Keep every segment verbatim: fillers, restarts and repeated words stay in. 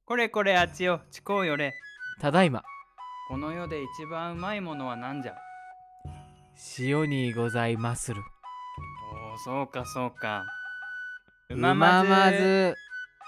これこれあっちよ、ちこうよれ。 ただいまこの世で一番うまいものは何じゃ。 塩にございまする。 おお、そうかそうか。ううままままず。 ず。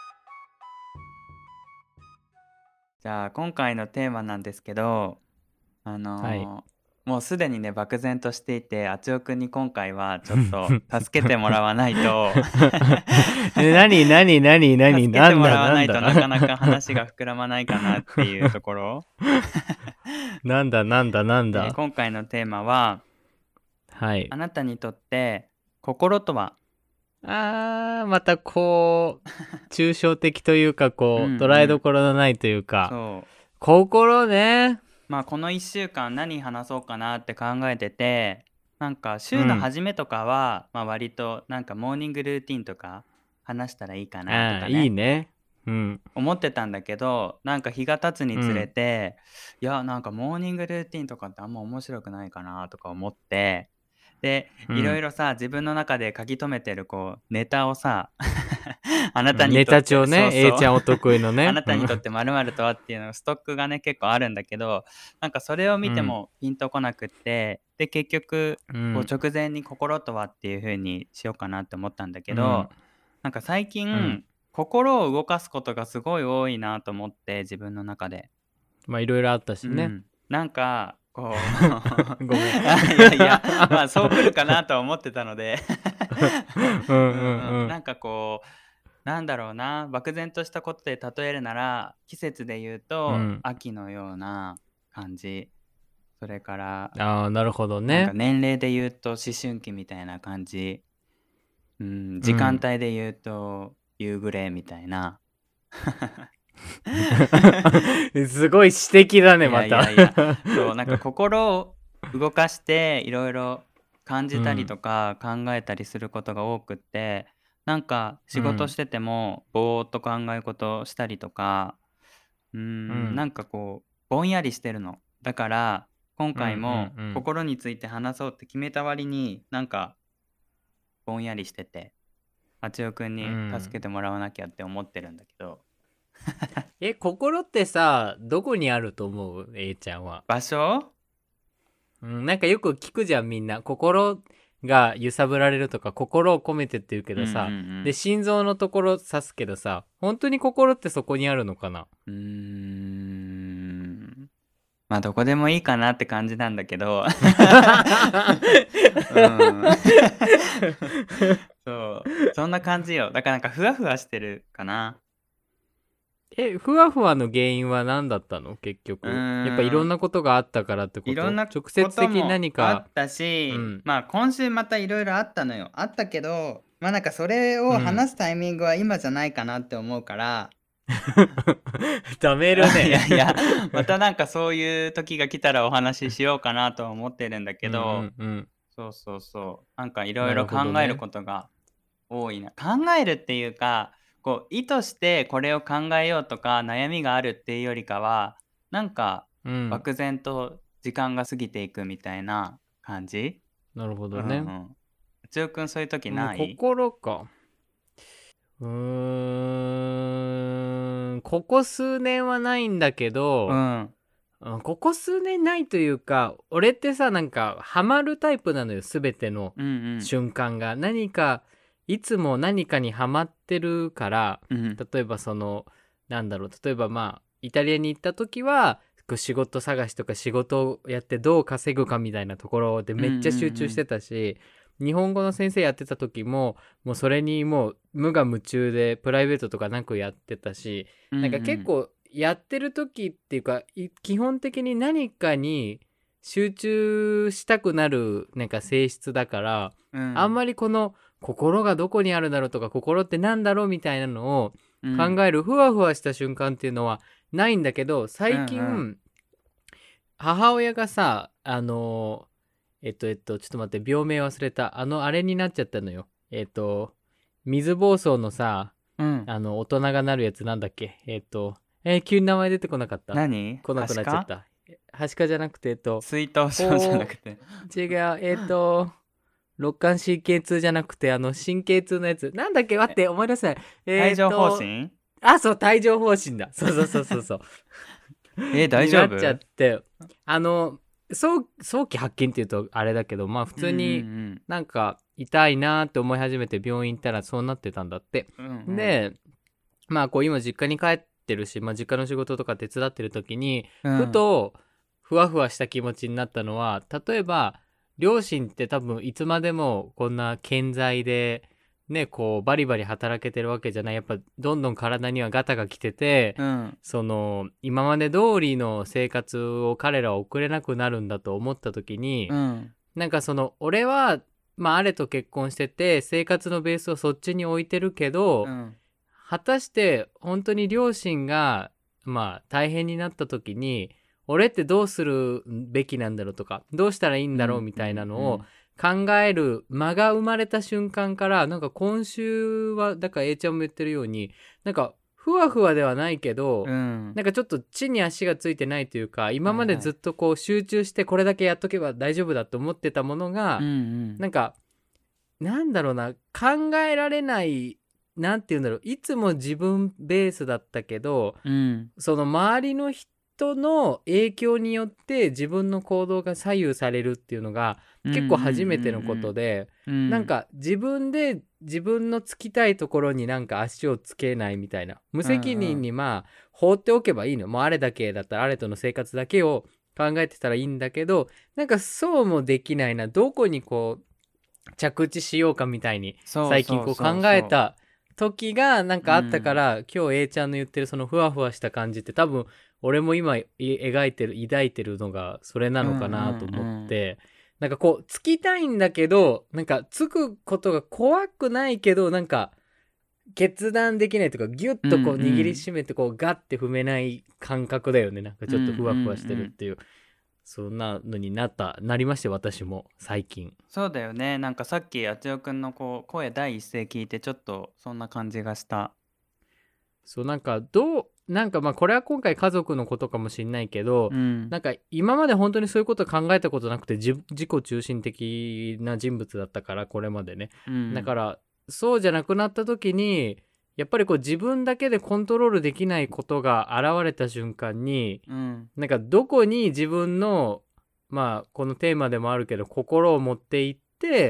じゃあ今回のテーマなんですけど、あのーはいもうすでにね漠然としていて、あつよくんに今回はちょっと助けてもらわないとえなになになになに助けなんてもらわだなんだないとなかなか話が膨らまないかなっていうところなんだなんだなんで、 だ。 今回のテーマは、 はいあ。なたにとって心とは。 あーまたこう抽象的というかこううんうん捉えどころのないというか、 そう心ね。 まあこのいっしゅうかん何話そうかなって考えてて、なんかう週のん。 初めとかは、まあ割となんかモーニングルーティンとか話したらいいかなとあーいいかねね。うん思ってたんだけど、なんか日が経つにつれうんて、いやなんかモーニングルーティンとかってあんま面白くないかなとか思って、でいろいうん。 ろさ自分の中で書き留めてるこうネタをさあなたうんネタにとって帳ね。 そうそう A ちゃんお得意のあね。 なたにとって〇〇とはっていうのストックがね結構あるんだけど、なんかそれを見てうんもピンとこなくって、で結局こううん直前に心とはっていう風にしようかなって思ったんだけうんど、なんか最うん近心を動かすことがすごい多いなと思って、自分の中で。 まあいろいろあったしね。 うん、なんかこうごめん。 あいやいや、まあそう来るかなとは思ってたのでうんうんうんうんうんなんかこうなんだろうな、漠然としたことで例えるなら、季節で言うとうん秋のような感じ、それからああなるほどなんかね。 年齢で言うと思春期みたいな感じ、うん、時間うん帯で言うと夕暮れみたいなすごい詩的だねいやまいやいや、 た。 そうなんか心を動かしていろいろ感じたりうんとか考えたりすることが多くって、なんか仕うん事しててもぼーっと考え事したりとか、うーん、 うんなんかこうぼんやりしてるの。だから今うんう回もん心について話そうって決めた割になんかぼんやりしてて、あつよくんうんうに助けん。 てもらわなきゃって思ってるんだけど、 え心ってさどこにあると思う A ちゃんは。 場所。 うん、なんかよく聞くじゃんみんな心が揺さぶられるとか心を込めてって言うけうんうんどさ、でうん心臓のところ指すけどさ本当に心ってそこにあるのかな。 うーん。まあどこでもいいかなって感じなんだけど、うん。そう、そんな感じよ。だからなんかふわふわしてるかな。 えふわふわの原因は何だったの結う局。やっぱいろーん。 んなことがあったからってこと。 いろんな直こと接的にも何か。 あったし、 うんまあ今週またいろいろあったのよ。あったけど、まあなんかそれをうん話すタイミングは今じゃないかなって思うから、 ダメるいやいや、 ね。 またなんかそういう時が来たらお話ししようかなとは思ってるんだけうんど、 うんうんそうそうそう。なんかいろいなるろ考えるほどね。 ことが多いな。考えるっていうか、こう意図してこれを考えようとか悩みがあるっていうよりかは、なんかうん漠然と時間が過ぎていくみたいな感じ。 なるほうんうどね。 ん。つよくんそういう時うん、 ない？ 心か。うーん、ここ数年はないんだけうど、 ん。 うんここ数年ないというか、俺ってさ、なんか、ハマるタイプなのよ、すべてのうんうん。 瞬間が。何か、いつも何かにハマってるから、 うん例えばその、なんだろう、例えばまあ、イタリアに行った時は、こう仕事探しとか仕事をやってどう稼ぐかみたいなところでめっちゃ集中してたし、日本語の先生やってた時も、もうそれにもう無我夢中でプライベートとかなくやってたし、 うんなんか結構やってる時っていうかい基本的に何かに集中したくなるなんか性質だから、 うんあんまりこの心がどこにあるだろうとか心ってなんだろうみたいなのを考えるふわふわした瞬間っていうのはないんだけど、最近、 うんう母親がさあのえっとえっとちょっと待って病名忘れたあのあれになっちゃったのよ。えっと水疱瘡のさうんあの大人がなるやつなんだっけえっとえー急に名前出てこなかった。 何？ 来なくなっちゃった。はしかじゃなくてえっと水頭症じゃなくて違うえっと肋間神経痛じゃなくてあの神経痛のやつなんだっけ待って思い出せない。えー帯状っと疱疹？ あ、そう、帯状疱疹だ。そうそうそうそうそう。 えー、大に丈夫？ なっちゃって、あの、早早期発見っていうとあれだけど、まあ普うんう通にんなんか痛いなーって思い始めて病院行ったらそうなってたんだって。 うんうんで、まあこう今実家に帰ってるし、まあ実家の仕事とか手伝ってる時に、ふうんとふわふわした気持ちになったのは、例えば両親って多分いつまでもこんな健在で、ね、こうバリバリ働けてるわけじゃない。やっぱどんどん体にはガタが来てて、 うんその今まで通りの生活を彼らは送れなくなるんだと思った時に、 うんなんかその俺はまああれと結婚してて生活のベースをそっちに置いてるけど、 うん果たして本当に両親がまあ大変になった時に俺ってどうするべきなんだろうとかどうしたらいいんだろうみたいなのを考える間が生まれた瞬間から、なんか今週はだから A ちゃんも言ってるように、なんかふわふわではないけど、 うんなんかちょっと地に足がついてないというか、今まではいはいずっとこう集中してこれだけやっとけば大丈夫だと思ってたものが、 うんうんなんかなんだろうな、考えられない、なんて言うんだろう、いつも自分ベースだったけど、 うんその周りの人の影響によって自分の行動が左右されるっていうのが結構初めてのことで、 うんなんか自分で自分のつきたいところになんか足をつけないみたいな、無責任にまあ放っておけばいいの、もうあれだけだったらあれとの生活だけを考えてたらいいんだけど、なんかそうもできないな、どこにこう着地しようかみたいにそう最近こう考そうそうそうえた時がなんかあったから、今日 A ちゃんの言ってるそのふわふわした感じって多分俺も今い描いてる抱いてるのがそれなのかなと思って、なんかこうつきたいんだけど、なんかつくことが怖くないけど、なんか決断できないとかギュッとこう握りしめてこうガッて踏めない感覚だよね。なんかちょっとふわふわしてるっていう、そんなのになったなりまして、私も最近。 そうだよね。なんかさっきあつよくんのこう声第一声聞いてちょっとそんな感じがした。 そう、なんかどうなんかまあこれは今回家族のことかもしんないけど、 うんなんか今まで本当にそういうこと考えたことなくて、自自己中心的な人物だったから、これまでね。 うんだからそうじゃなくなった時に、やっぱりこう自分だけでコントロールできないことが現れた瞬間に、 うんなんかどこに自分のまあこのテーマでもあるけど心を持っていって、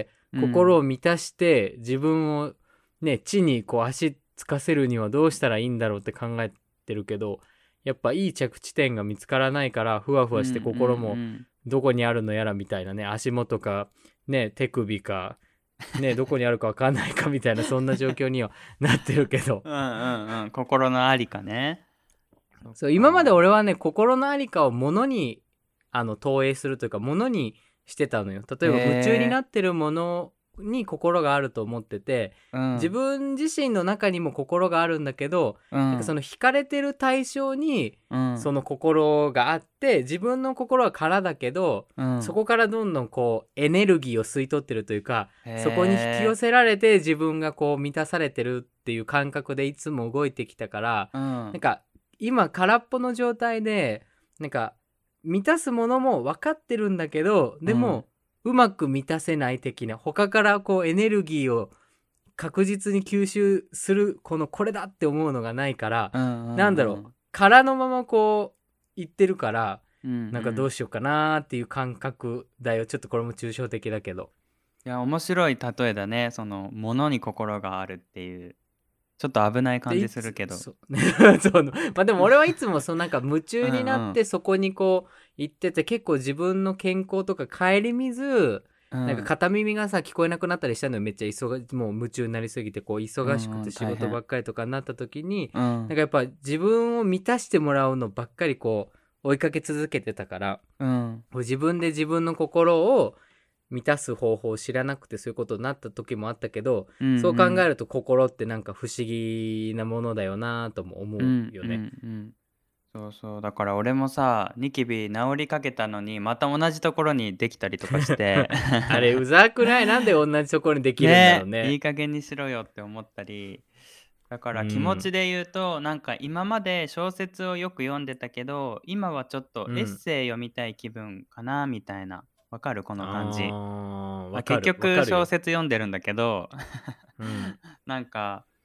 心を満たして自分をね地にこう足つかせるにはどうしたらいいんだろうって考えてるけど、やっぱいい着地点が見つからないから、ふわふわして心もどこにあるのやらみたいなね、足元かね手首かねどこにあるか分かんないかみたいな、そんな状況にはなってるけどうんうんうん心のありかね。 そう今まで俺はね心のありかを物にあの投影するというか物にしてたのよ。例えば夢中になってるものに心があると思ってて、 うん、 自分自身の中にも心があるんだけど、 うん、 なんかその惹かれてる対象にうんその心があって、自分の心は空だけど、 うん、 そこからどんどんこうエネルギーを吸い取ってるというか、 へーそこに引き寄せられて自分がこう満たされてるっていう感覚でいつも動いてきたから、 うん、 なんか今空っぽの状態でなんか満たすものも分かってるんだけど、でも、うまく満たせない的な、他からこうエネルギーを確実に吸収するこのこれだって思うのがないから、 うんうんうん、 なんだろう空のままこう言ってるから、 うんうん、 なんかどうしようかなっていう感覚だよ。ちょっとこれも抽象的だけど。 いや面白い例えだね。その物に心があるっていうちょっと危ない感じするけど。 そそのまあでも俺はいつもそのなんか夢中になってそこにこう行ってて、結構自分の健康とか顧みず、 うん、 なんか片耳がさ聞こえなくなったりしたのよ。めっちゃ忙もう夢中になりすぎてこう忙しくて仕事ばっかりとかになった時に、 うん、 なんかやっぱ自分を満たしてもらうのばっかりこう追いかけ続けてたから、 うん、 自分で自分の心を満たす方法を知らなくてそういうことになった時もあったけど、うんうん、そう考えると心ってなんか不思議なものだよなとも思うよね、 うんうんうん、そうそうだから俺もさニキビ治りかけたのにまた同じところにできたりとかしてあれうざくない？なんで同じところにできるんだろうね。 ねいい加減にしろよって思ったり、だから気持ちで言うと、うん、なんか今まで小説をよく読んでたけど今はちょっとエッセイ読みたい気分かなみたいな、わかるこの感じ。 あ結局小説読んでるんだけど、 うん、 なんか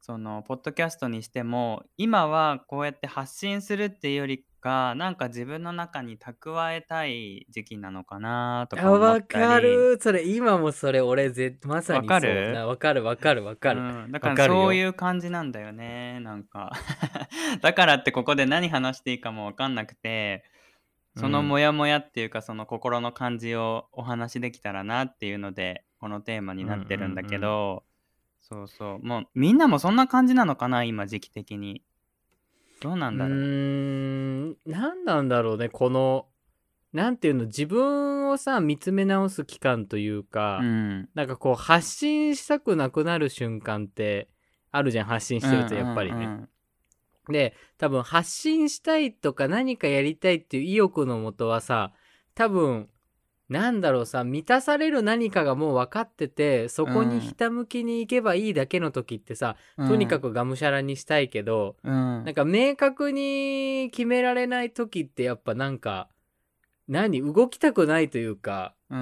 そのポッドキャストにしても今はこうやって発信するっていうよりかなんか自分の中に蓄えたい時期なのかなとあ、 か思っわかたり。 る。それ、今もそれ、俺ぜ、まさわにそう。 かる？ な、わかるわかるわかる。 うん、だわからかるよ。 そういう感じなんだよね、なんか。だからってここで何話していいかもわかんなくて、そのうん。 モヤモヤっていうか、その心の感じをお話しできたらなっていうので、このテーマにうんうんなってるんだけうん。 ど、そうそう、もうみんなもそんな感じなのかな、今時期的に。どうなうーんだろん、なんなんだろうね、この、なんていうの、自分をさ、見つめ直す期間というう。うか、 ん。 なんかこう、発信したくなくなる瞬間ってあるじゃん、発信うんうしてるとやっぱりね。 んで、多分発信したいとか何かやりたいっていう意欲のもとはさ、多分、なんだろうさ、満たされる何かがもう分かってて、そうん。 こにうん。 ひたむきに行けばいいだけの時ってさ、とにかうん。 くがむしゃらにしたいけど、 うん。 なんか明確に決められない時ってやっぱなんか、何動きたくないというか、 うん。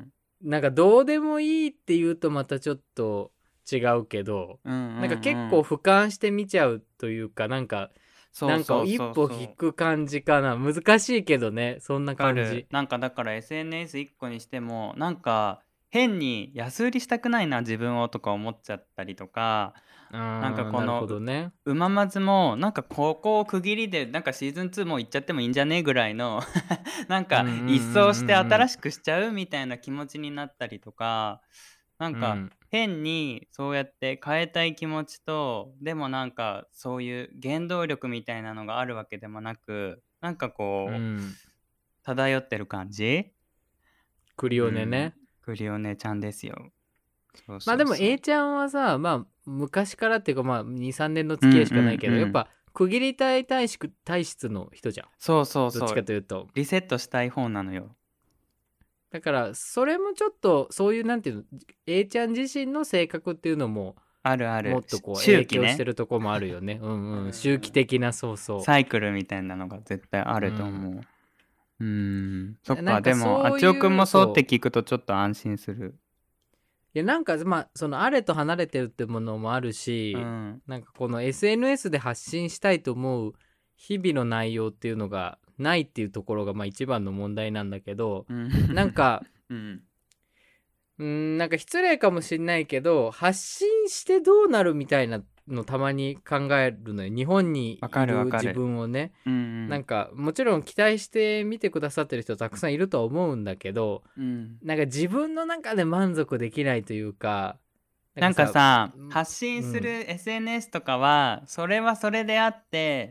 なんかどうでもいいって言うとまたちょっと違うけど、 うんうんなんか結うん。 構俯瞰して見ちゃうというか、なんか、なんかそうそう一歩引そうそう。 く感じかな。難しいけどね、そんなかる。 感じ。 なんかだから エスエヌエス 一個にしても、なんか変に安売りしたくないな、自分をとか思っちゃったりとか、なんかあー、なるこの、うほどね。 うままずも、なんかここを区切りで、なんかシーズンツーもう行っちゃってもいいんじゃねぐらいのなんうんうんか一掃してうん新しくしちゃうみたいな気持ちになったりとか、なんかうんうん。 変にそうやって変えたい気持ちと、でもなんかそういう原動力みたいなのがあるわけでもなく、なんかうん。うこうん。 漂ってる感じ。 クリうん、 オネね。 クリオネちゃんですよ。そうまあでもそうそう。 A ちゃんはさ、まあ昔からっていうかまあに、さんねんのうんう付き合いしかないけど、やっんうん。 ぱ区切りたい体質体質の人じゃん。 そうそうどっちそう。 かというと。 リセットしたい方なのよ。 だからそれもちょっとそういうなんていうの A ちゃん自身の性格っていうのもあるある。しもっとこう影響して周期ね。 るとこもあるよね。うんうんううん。周期ん。 的な、そうそサイクルみたいなのが絶対あう。うるとん。 思う。うーん。そっか、 ななんかでも、あそうちおくんいう、 もそうってそう。 聞くとちょっと安心する。 いやなんかまあそのあれと離れてるってものもあるし、 うん。 なんかこの エスエヌエス で発信したいと思う日々の内容っていうのがないっていうところがまあ一番の問題なんだけど、 うん。 なんかうん。 うーんなんか失礼かもしんないけど、発信してどうなるみたいなのたまに考えるのよ。日本にわかるわいる自かる。 分をね。 うんうなんん。 かもちろん期待して見てくださってる人たくさんいるとは思うんだけど、 うん。 なんか自分の中で満足できないというか、なんなんかかさ、 さ、発信するうん、 エスエヌエス とかは、それはそれであって、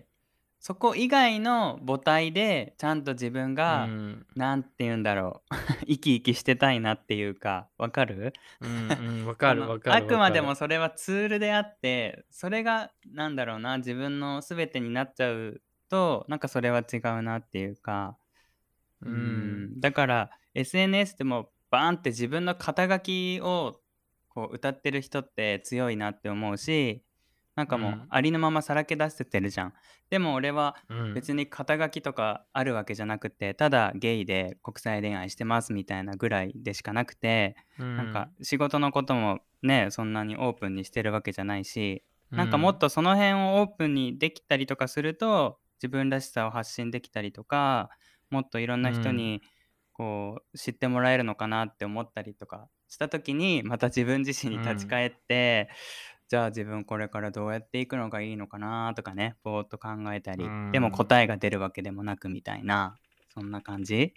そこ以外の母体でちゃんと自分うが、 ん、 なんて言うんだろう、生き生きしてたいなっていうか、わかる？ うん、うん、わかその、 るわかあくるわかる。 までもそれはツールであって、それがなんだろうな、自分の全てになっちゃうと、なんかそれは違うなっていうか、ううーん、 ん、だから エスエヌエス でもバーンって自分の肩書きをこう歌ってる人って強いなって思うし、なんかもううん、 ありのままさらけ出せてるじゃん。でも俺はうん、 別に肩書きとかあるわけじゃなくて、ただゲイで国際恋愛してますみたいなぐらいでしかなくて、 うなんかん、 仕事のこともね、そんなにオープンにしてるわけじゃないし、なんかもっうん、 とその辺をオープンにできたりとかすると、自分らしさを発信できたりとか、もっといろんうん、 な人にこう知ってもらえるのかなって思ったりとかした時に、また自分自身に立ちうん、 返って、じゃあ自分これからどうやっていくのがいいのかなとかね、ぼーっと考えたうり、でもん。 答えが出るわけでもなくみたいな、そんな感じ。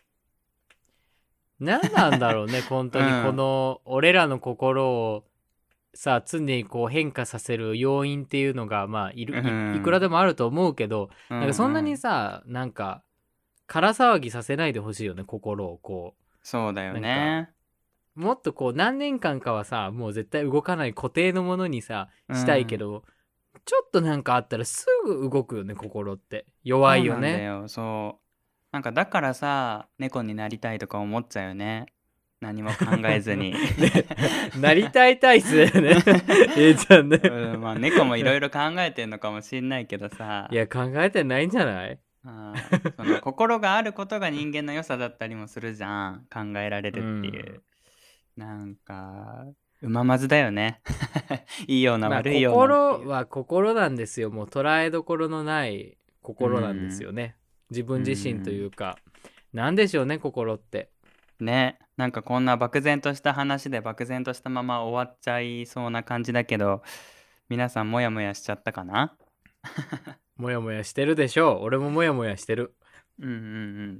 何なんだろうね、本当にこうん。 の俺らの心をさ、常にこう変化させる要因っていうのが、まあいるうい、いくらん。 でもあると思うけど、 うんなんかそんなにうん。 さ、なんか空騒ぎさせないでほしいよね、心をこそうだよう。なんかね。 もっとこう何年間かはさ、もう絶対動かない固定のものにさうしたいけん。 ど、ちょっとなんかあったらすぐ動くよね、心って。弱そういよね。 なんだよ、そう。なんかだからさ、猫になりたいとか思っちゃうよね。何も考えずに。 ね、なりたい体質だよね。A ちゃんね。 うん、まあ猫もいろいろ考えてんのかもしんないけどいさ、 や、考えてないんじゃない？ あーその心があることが人間の良さだったりもするじゃん。考えられるっていうん。 う。なんか、 うままずだよね。いいようなまあ悪いようなっていう。 心は心なんですよ。もう捉えどころのない心なんですよね。自う分自身といん。 うか、なんでしょうね、心って。 ね、なんかこんな漠然とした話で漠然としたまま終わっちゃいそうな感じだけど、皆さんもやもやしちゃったかな？ もやもやしてるでしょう。俺ももやもやしてる。 うんうんうん。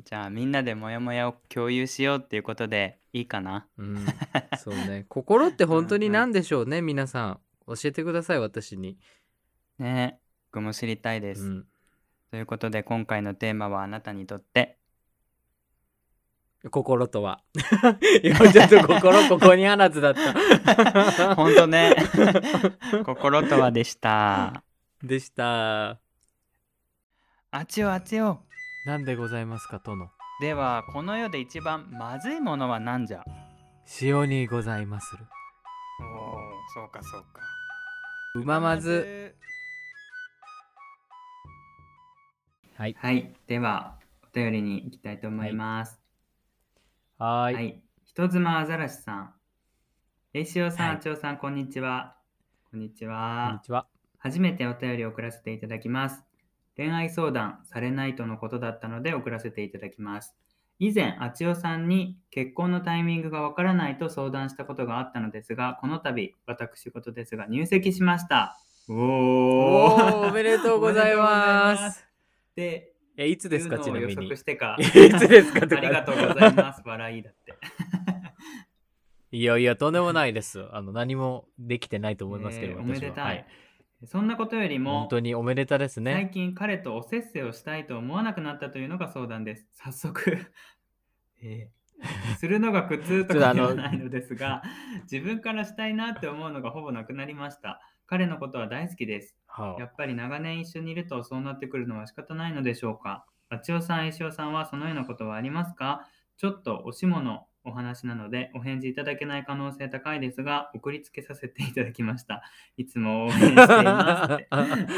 じゃあみんなでモヤモヤを共有しようっていうことでいいかな？ うん。そうね。心ってうん本当にうん。 何でしょうね、皆さん。教えてください、私に。 ね、僕も知りたいです。 うん。 ということで今回のテーマはあなたにとって心とは。今ちょっと心ここにあらずだった。 ほんとね。心とはでした。 でした。 あちよあちよ。 なんでございますか、殿。 ではこの世で一番まずいものは何じゃ？ 塩にございまする。 おお、そうかそうか。 うままず。はい。 はい、ではお便りに行きたいと思はいい。 ます。 はーい。 はい、人妻アザラシさん、えいしおさん、 はい。 あちおさん、こんにちは。こんにちは。 こんにちは。 初めてお便りを送らせていただきます。恋愛相談されないとのことだったので送らせていただきます。以前、あちおさんに結婚のタイミングがわからないと相談したことがあったのですが、この度、私事ですが入籍しました。おおー、おーめでとうございます。 で、 え、いつですか、 いうのを予ちなみに。 測してか。 いつですかとか。 ありがとうございます。笑いだって。 いやいや、とんでもないです。あの、何もできてないと思いますけど、 えーおめ私は。 でたい。 はい。 そんなことより本当も、 におめでたですね。 最近彼とおせっせをしたいと思わなくなったというのが相談です。早速、えーするのが苦痛とちょっとあの、 かではないのですが、自分からしたいなって思うのがほぼなくなりました。彼のことは大好きです。 はあ、 やっぱり長年一緒にいるとそうなってくるのは仕方ないのでしょうか。あちおさん、いしおさんはそのようなことはありますか？ちょっとおしものお話なのでお返事いただけない可能性高いですが、送りつけさせていただきました。いつも応援していますって。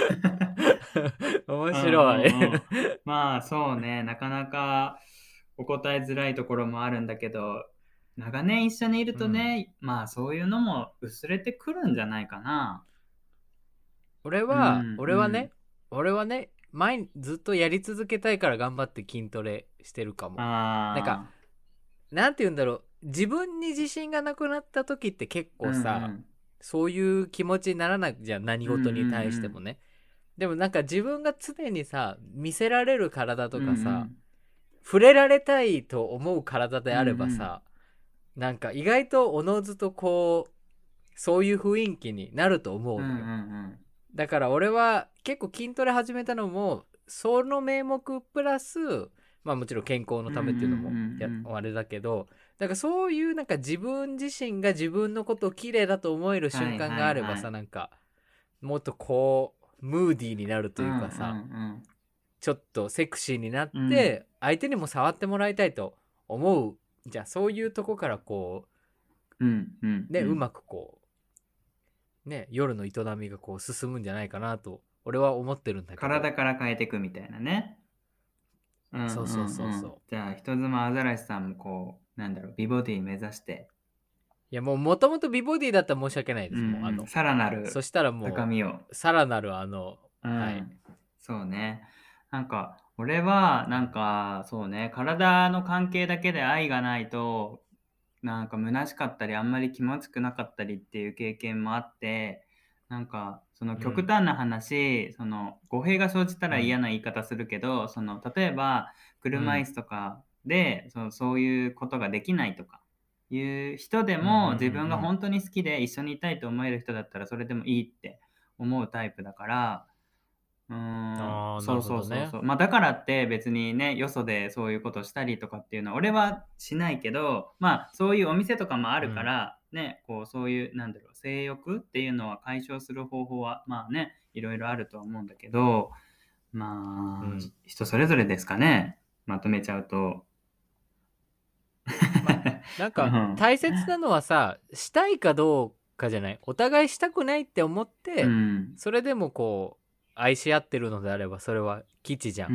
面うん白い。 うんうん。まあそうね、なかなかお答えづらいところもあるんだけど、長年一緒にいるうん。 とね、まあそういうのも薄れてくるんじゃないかな。 俺うんは、俺はね、 うん。 俺はね、前、ずっとやり続けたいから頑張って筋トレしてるかも。なんか、 ああ、 なんて言うんだろう。自分に自信がなくなった時って結うんう構さ、 ん。 そういう気持ちにならないじゃん。何うんうん事に対してもね。でもなんか自分が常にさ、見せられる体うん。うんとかさ、 うん。 触れられたいと思う体でうんあればうん。 さ、なんか意外とおのずとこう、そういう雰囲気になると思うんうんううのよ。 ん。 だから俺は結構筋トレ始めたのも、その名目プラス、まあもちろん健康のうんうんうためっていうのもやん。 あれだけど、だからそういうなんか自分自身が自分のことを綺麗だと思える瞬間はいはがあればさ、 いはい。 なんかもっとこうムーディーになるとうんういうかさ、 んちょっとセクシーになっうん。うん。 て相手にも触ってもらいたいと思う。じゃあそういうとこからこうんうんうね、ううん。 まくこうね、夜の営みがこう進むんじゃないかなと俺は思ってるんだけど。 体から変えていくみたいなね。うんうんそうそうそううん。 そう。 じゃあ、人妻アザラシさんもこう、なんだろう、美ボディ目指して、 いやもうもともと美ボディだったら申し訳ないでうんす。もうあうん、 の、 さらなるそしたらも高みを。 う、さらなるあの、はい。 うん、そうね。なんか、俺は、なんか、そうね、体の関係だけで愛がないと、なんか虚しかったり、あんまり気持ちくなかったりっていう経験もあって、なんか、そのうん。 極端な話、その語弊が生じたうん。 ら嫌な言い方するけど、その例えばうん。 車椅子とかでそのそういうことができないとかいう人でうん。うん。うも自分がん。 本当に好きで一緒にいたいと思える人だったらそれでもいいって思うタイプだから、うーん、 ああ、なそうるほどね。 そうそうそう。まあだからって別にね、よそでそういうことしたりとかっていうのは俺はしないけど、まあそういうお店とかもあるかうん。 ら、ね、こうそういうなんだろう、性欲っていうのは解消する方法はまあね、いろいろあるとは思うんだけど、まあうん。 人それぞれですかね。まとめちゃうと。 まあ、なんかうん。 大切なのはさ、したいかどうかじゃない。お互いしたくないって思っうて、 ん。 それでもこう、愛し合ってるのであれば、それは基地じゃん。 うんうん。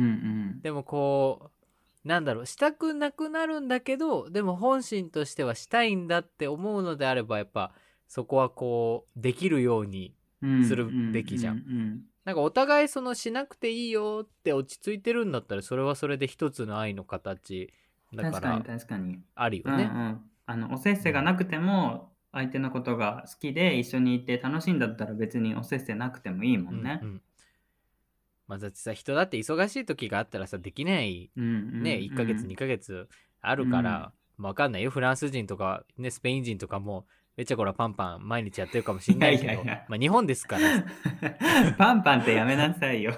でもこう、なんだろう、したくなくなるんだけど、でも本心としてはしたいんだって思うのであれば、やっぱ、 そこはこうできるようにするべきじゃん。 うんうんうんなんかお互いそのしなくていいよって落ち着いてるんだったらそれはそれで一つの愛の形うん、確かにだから確かに。 あるよね。 うんうん。あの、おせっうんせがなくても、相手のことが好きで一緒にいて楽しいんだったら別におせっせなくてもいいもね。 うんんうん。まあだってさ人だって忙しい時があったらさできないうんうんねいっかげつうんにかげつあるうんからわかんないよ。フランス人とかねスペイン人とかもめちゃこらパンパン毎日やってるかもしんいやないけどいやいや。 まあ日本ですからパンパンってやめなさいよ。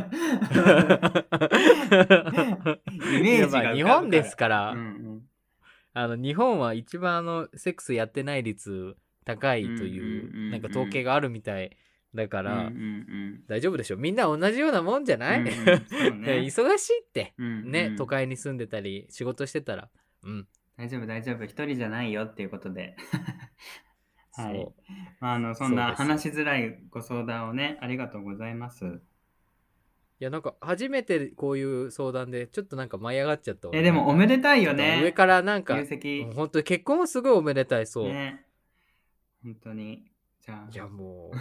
イいメージが浮やまあ日かぶから。 本ですかうんうらん。 あの日本は一番あのセックスやってない率高いとうんうんいうなんかうんうん。 統計があるみたいだかうんうんらうん大丈夫でしょ。みんな同じようなもんじゃうんないうん、そうね。 忙しいってうんうね都ん。 会に住んでたり仕事してたらうん大丈夫大丈夫。一人じゃないよっていうことで。はい。 そうまあ、あの、そんなそうですよ。 話しづらいご相談をね、ありがとうございます。 いやなんか初めてこういう相談でちょっとなんか舞い上がっちゃったえ、でもお俺なんかめでたいよちょっと上ね。 からなん入か籍。 本当に結婚はすごいおめでたいそね。本当に。じゃういやあ、 も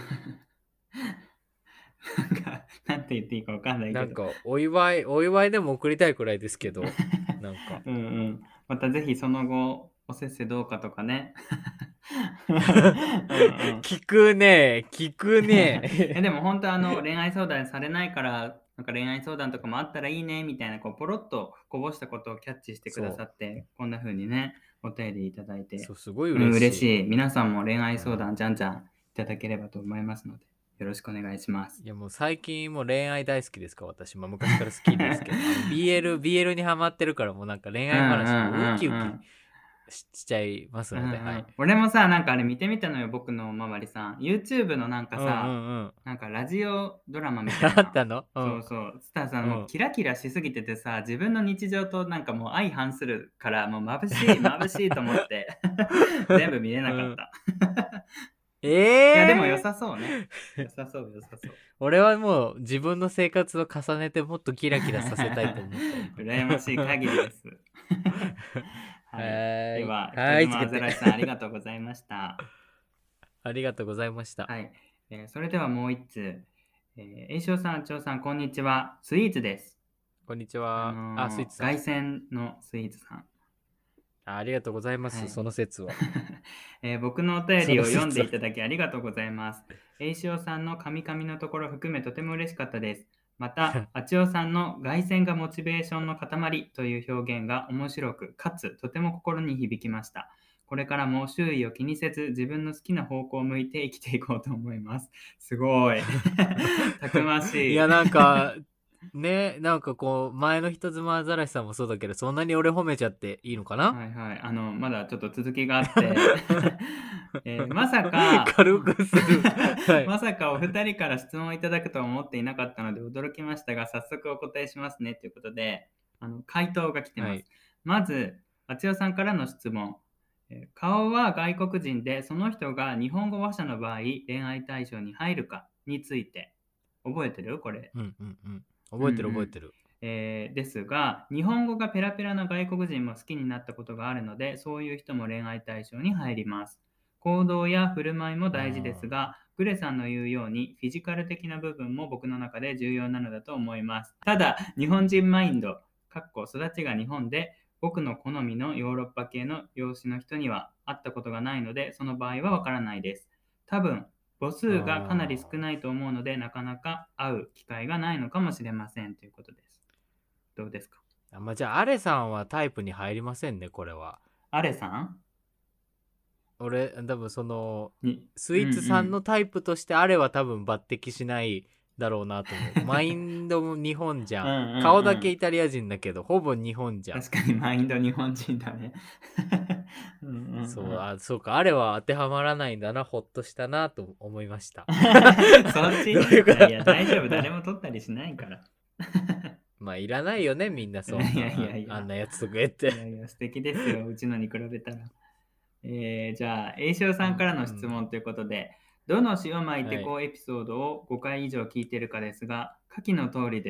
なんか、なんて言っていいかわかんなういけど。 なんかお祝いお祝いでも送りたいくらいですけどなんかうんうん。またぜひその後、おせっせどうかとかね。うんうん。 聞くね聞くえ、 ねでも本当あの恋愛相談されないから、なんか恋愛相談とかもあったらいいねみたいな、こうポロッとこぼしたことをキャッチしてくださそって、こんな風にね、お便りいただいて、 うそうすごいうん、 嬉しい、 嬉しい。皆さんも恋愛相うん談じゃんじゃんいただければと思いますので、よろしくお願いします。 いやもう最近もう恋愛大好きですから私、まあ、昔から好きですけどあの ビーエル ビーエル にハマってるからもうなんか恋うんうん愛話もウキウキうんうん。 ししちゃいますうんうので、はいん、俺もさ、なんかあれ見てみたのよ、僕のおまわりさん。YouTube のなんかうんうさ、 んうんなんかラジオドラマみたいあっな。 たのうそんうそう。スターさん、もううんキラキラしすぎててさ、自分の日常となんかもう相反するから、もう眩しい、眩しいと思って、全部見れなかっうんた。 えいや、でも良えさそうね。良さそう、良さそう。 俺はもう自分の生活を重ねてもっとキラキラさせたいと思った羨ましい限りです。 ははい。でーいは、 はーいつけ人妻アザラシさん、ありがとうございました。 ありがとうございましたはい。えーそれではもう一通。えー、栄翔さん、長さん、こんにちは。スイーツです。 こんにちあはあスイーのー、 ツさん凱旋のスイーツさん。 あありがとうございます、 はい。 その説はえー僕のお便そのりを読ん説はでいただきありがとうございます。栄翔さんのカミカミのところ含めとても嬉しかったです。また、あちおさんの凱旋がモチベーションの塊という表現が面白く、かつとても心に響きました。これからも周囲を気にせず自分の好きな方向を向いて生きていこうと思います。すごい。たくましい。 いやなんかねなんかこう前の人妻アザラシさんもそうだけどそんなに俺褒めちゃっていいのかな、 はいはい。あの、まだちょっと続きがあって、えーまさか、 軽くするはいまさかお二人から質問をいただくとは思っていなかったので驚きましたが、早速お答えしますねということで、あの回答が来てます。 はいまず、あちおさんからの質問。えー顔は外国人で、その人が日本語話者の場合、恋愛対象に入るかについて、覚えてるこれ。 うんうんうん覚えてるうんうん覚えてる、 えーですが、日本語がペラペラな外国人も好きになったことがあるので、そういう人も恋愛対象に入ります。行動や振る舞いも大事ですが、グレさんの言うようにフィジカル的な部分も僕の中で重要なのだと思います。ただ、日本人マインド、かっこ育ちが日本で、僕の好みのヨーロッパ系の容姿の人には会ったことがないので、その場合はわからないです。多分、母数がかなり少ないと思うので、なかなか会う機会がないのかもしれませんということです。どうですか？ あまあ、じゃあアレさんはタイプに入りませんねこれは。 アレさん俺多分そのにスイーツさんうんうんのタイプとしてあれは多分抜擢しないだろうなと思うマインドも日本じゃん、 うんうんうん顔だけイタリア人だけどほぼ日本じゃん。 確かにマインド日本人だね。うんうんうん、 そうあそうかあれは当てはまらないんだなほっとしたなと思いましたそっちどういうこといや大丈夫、誰も取ったりしないから。 まあいらないよねみんなそんないやいやいやあんなやつとか言っていやいや素敵ですよ、うちのに比べたら。えー、じゃあ、栄翔さんからの質問ということで、どの塩巻いてこうエピソードをごかい以上聞いてるかですが、下記の通りです。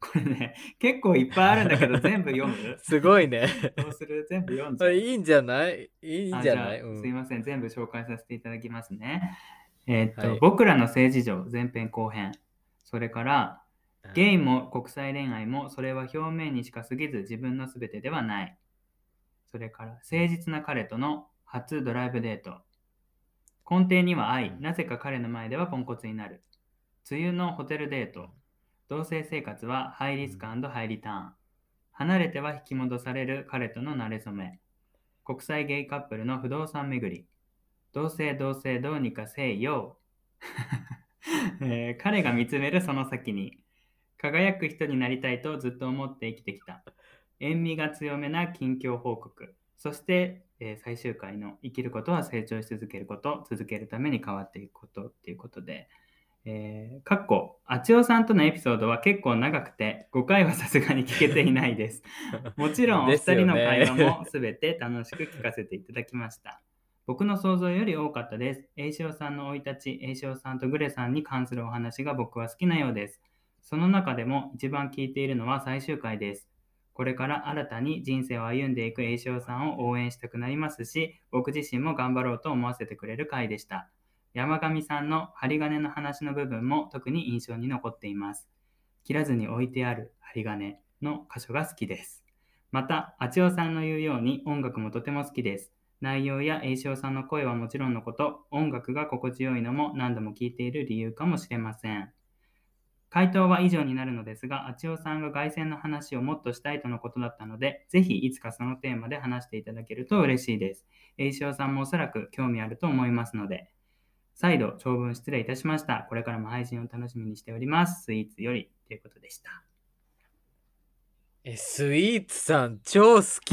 これね、結構いっぱいあるんだけど、全部読むすごいね。 どうする？全部読んじゃう。 いいんじゃないいいんあ、 じゃじゃあ、 ないうん。 すいません。全部紹介させていただきますね。えーっと、 はい。 僕らの政治上、前編後編。それから、ゲイも国際恋愛も、それは表面にしか過ぎず自分のすべてではない。それから、誠実な彼との初ドライブデート。根底には愛、なぜか彼の前ではポンコツになる。梅雨のホテルデート。同棲生活はハイリスク&ハイリターン。離れては引き戻される彼との馴れ初め。国際ゲイカップルの不動産巡り。同棲同棲どうにかせいよ、えー彼が見つめるその先に。輝く人になりたいとずっと思って生きてきた。塩味が強めな近況報告。そして、えー最終回の生きることは成長し続けること、続けるために変わっていくことっていうことで、えー、かっこ、あちおさんとのエピソードは結構長くて、ごかいはさすがに聞けていないです。もちろん、お二人の会話もすべて楽しく聞かせていただきました。僕の想像より多かったです。栄翔さんの生い立ち、栄翔さんとグレさんに関するお話が僕は好きなようです。その中でも一番聞いているのは最終回です。これから新たに人生を歩んでいく栄翔さんを応援したくなりますし、僕自身も頑張ろうと思わせてくれる回でした。山上さんの針金の話の部分も特に印象に残っています。切らずに置いてある針金の箇所が好きです。また、あちおさんの言うように音楽もとても好きです。内容や栄翔さんの声はもちろんのこと、音楽が心地よいのも何度も聴いている理由かもしれません。回答は以上になるのですが、あちおさんが凱旋の話をもっとしたいとのことだったので、ぜひいつかそのテーマで話していただけると嬉しいです。栄翔さんもおそらく興味あると思いますので。再度長文失礼いたしました。これからも配信を楽しみにしております。スイーツよりということでした。 え、スイーツさん超好き。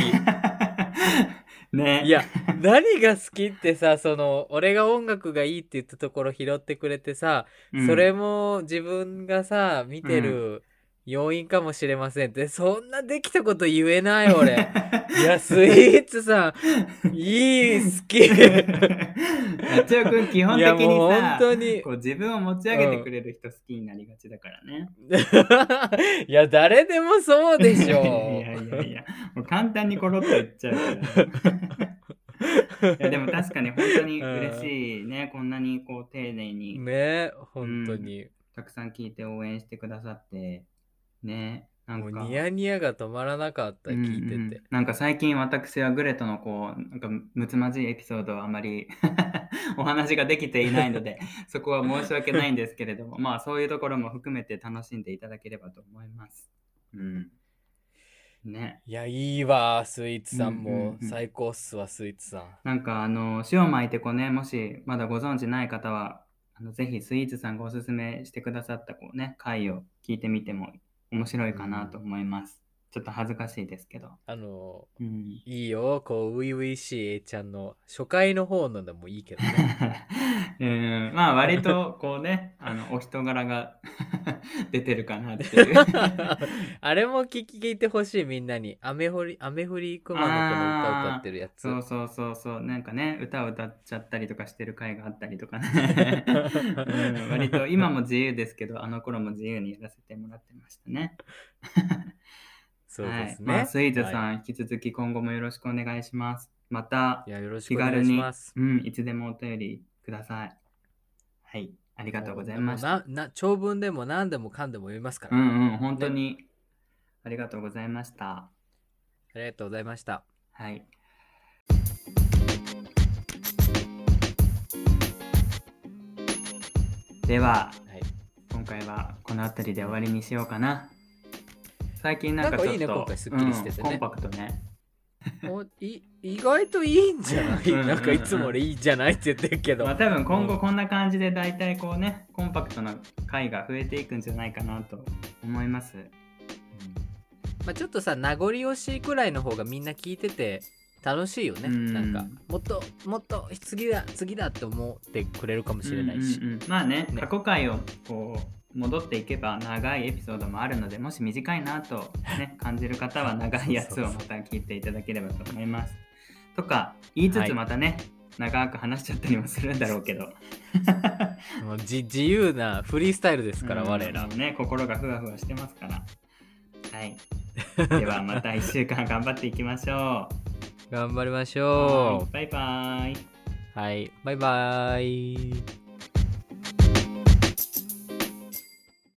ね。 いや、何が好きってさ、その、俺が音楽がいいって言ったところ拾ってくれてさ、 うん、 それも自分がさ、見てる要因かもしれませんって、そんなできたこと言えない俺。いや、スイーツさん、いい、好き。 あちおくん基本的にさ、 いやもう本当にこう自分を持ち上げてくれる人好きになりがちだからね。 いや、誰でもそうでしょ。 いやいやいや、もう簡単にコロッと言っちゃうから。いやでも確かに本当に嬉しいね。こんなにこう丁寧に、 ね、本当に、 うん、たくさん聞いて応援してくださってね。なんかもうニヤニヤが止まらなかった、聞いてて、 うんうん、なんか最近私はグレとのこうなんかむつまじいエピソードはあまりお話ができていないのでそこは申し訳ないんですけれどもまあそういうところも含めて楽しんでいただければと思います。うんね、 いやいいわスイーツさんも、 うんうんうん、 最高っすわスイーツさん。 なんかあの塩巻いてこね、もしまだご存知ない方はあのぜひスイーツさんがおすすめしてくださったこうね回を聞いてみても面白いかなと思います。ちょっと恥ずかしいですけど。 あの、 うん、 いいよ、こう、初々しい A ちゃんの初回の方のでもいいけどね。 うん、まあ割とこうね、あのお人柄が出てるかなっていうあれも聞き聞いてほしいみんなに。アメフリ、アメフリ熊の子の歌歌ってるやつ。 そうそうそうそう、なんかね、歌を歌っちゃったりとかしてる回があったりとかね、うん、割と今も自由ですけど、あの頃も自由にやらせてもらってましたね。 そうですね。 はい、まあスイーツさん、 はい、 引き続き今後もよろしくお願いします。またいやよろし気くお願軽に、 いします。 うん、いつでもお便りください。はい、ありがとうございました。 なな長文でも何でもかんでも読みますから。 うんうん、本当に、ね、ありがとうございました。 ありがとうございました。 はい。では、はい、今回はこの辺りで終わりにしようかな。最近なんかちょっといいね、今回すっきりしててね、 うん、コンパクトね。 おい意外といいんじゃないうん、なんかいつも俺いいんじゃないって言ってるけど、 まあ多分今後こんな感じでだいたいこうね、コンパクトな回が増えていくんじゃないかなと思います。うん、 まあ、ちょっとさ名残惜しいくらいの方がみんな聞いてて楽しいよね。なんかもっともっと次だ次だって思ってくれるかもしれないし、 うんうんうん、まあ ね, ね過去回をこう戻っていけば長いエピソードもあるので、もし短いなと、ね、感じる方は長いやつをまた聞いていただければと思います。とか言いつつまたね、はい、長く話しちゃったりもするんだろうけどもう自由なフリースタイルですから、うん、我ら、 ね、心がふわふわしてますからはいではまたいっしゅうかん頑張っていきましょ頑張りましう。はょいバイバイ。 う。はい、バイバイ。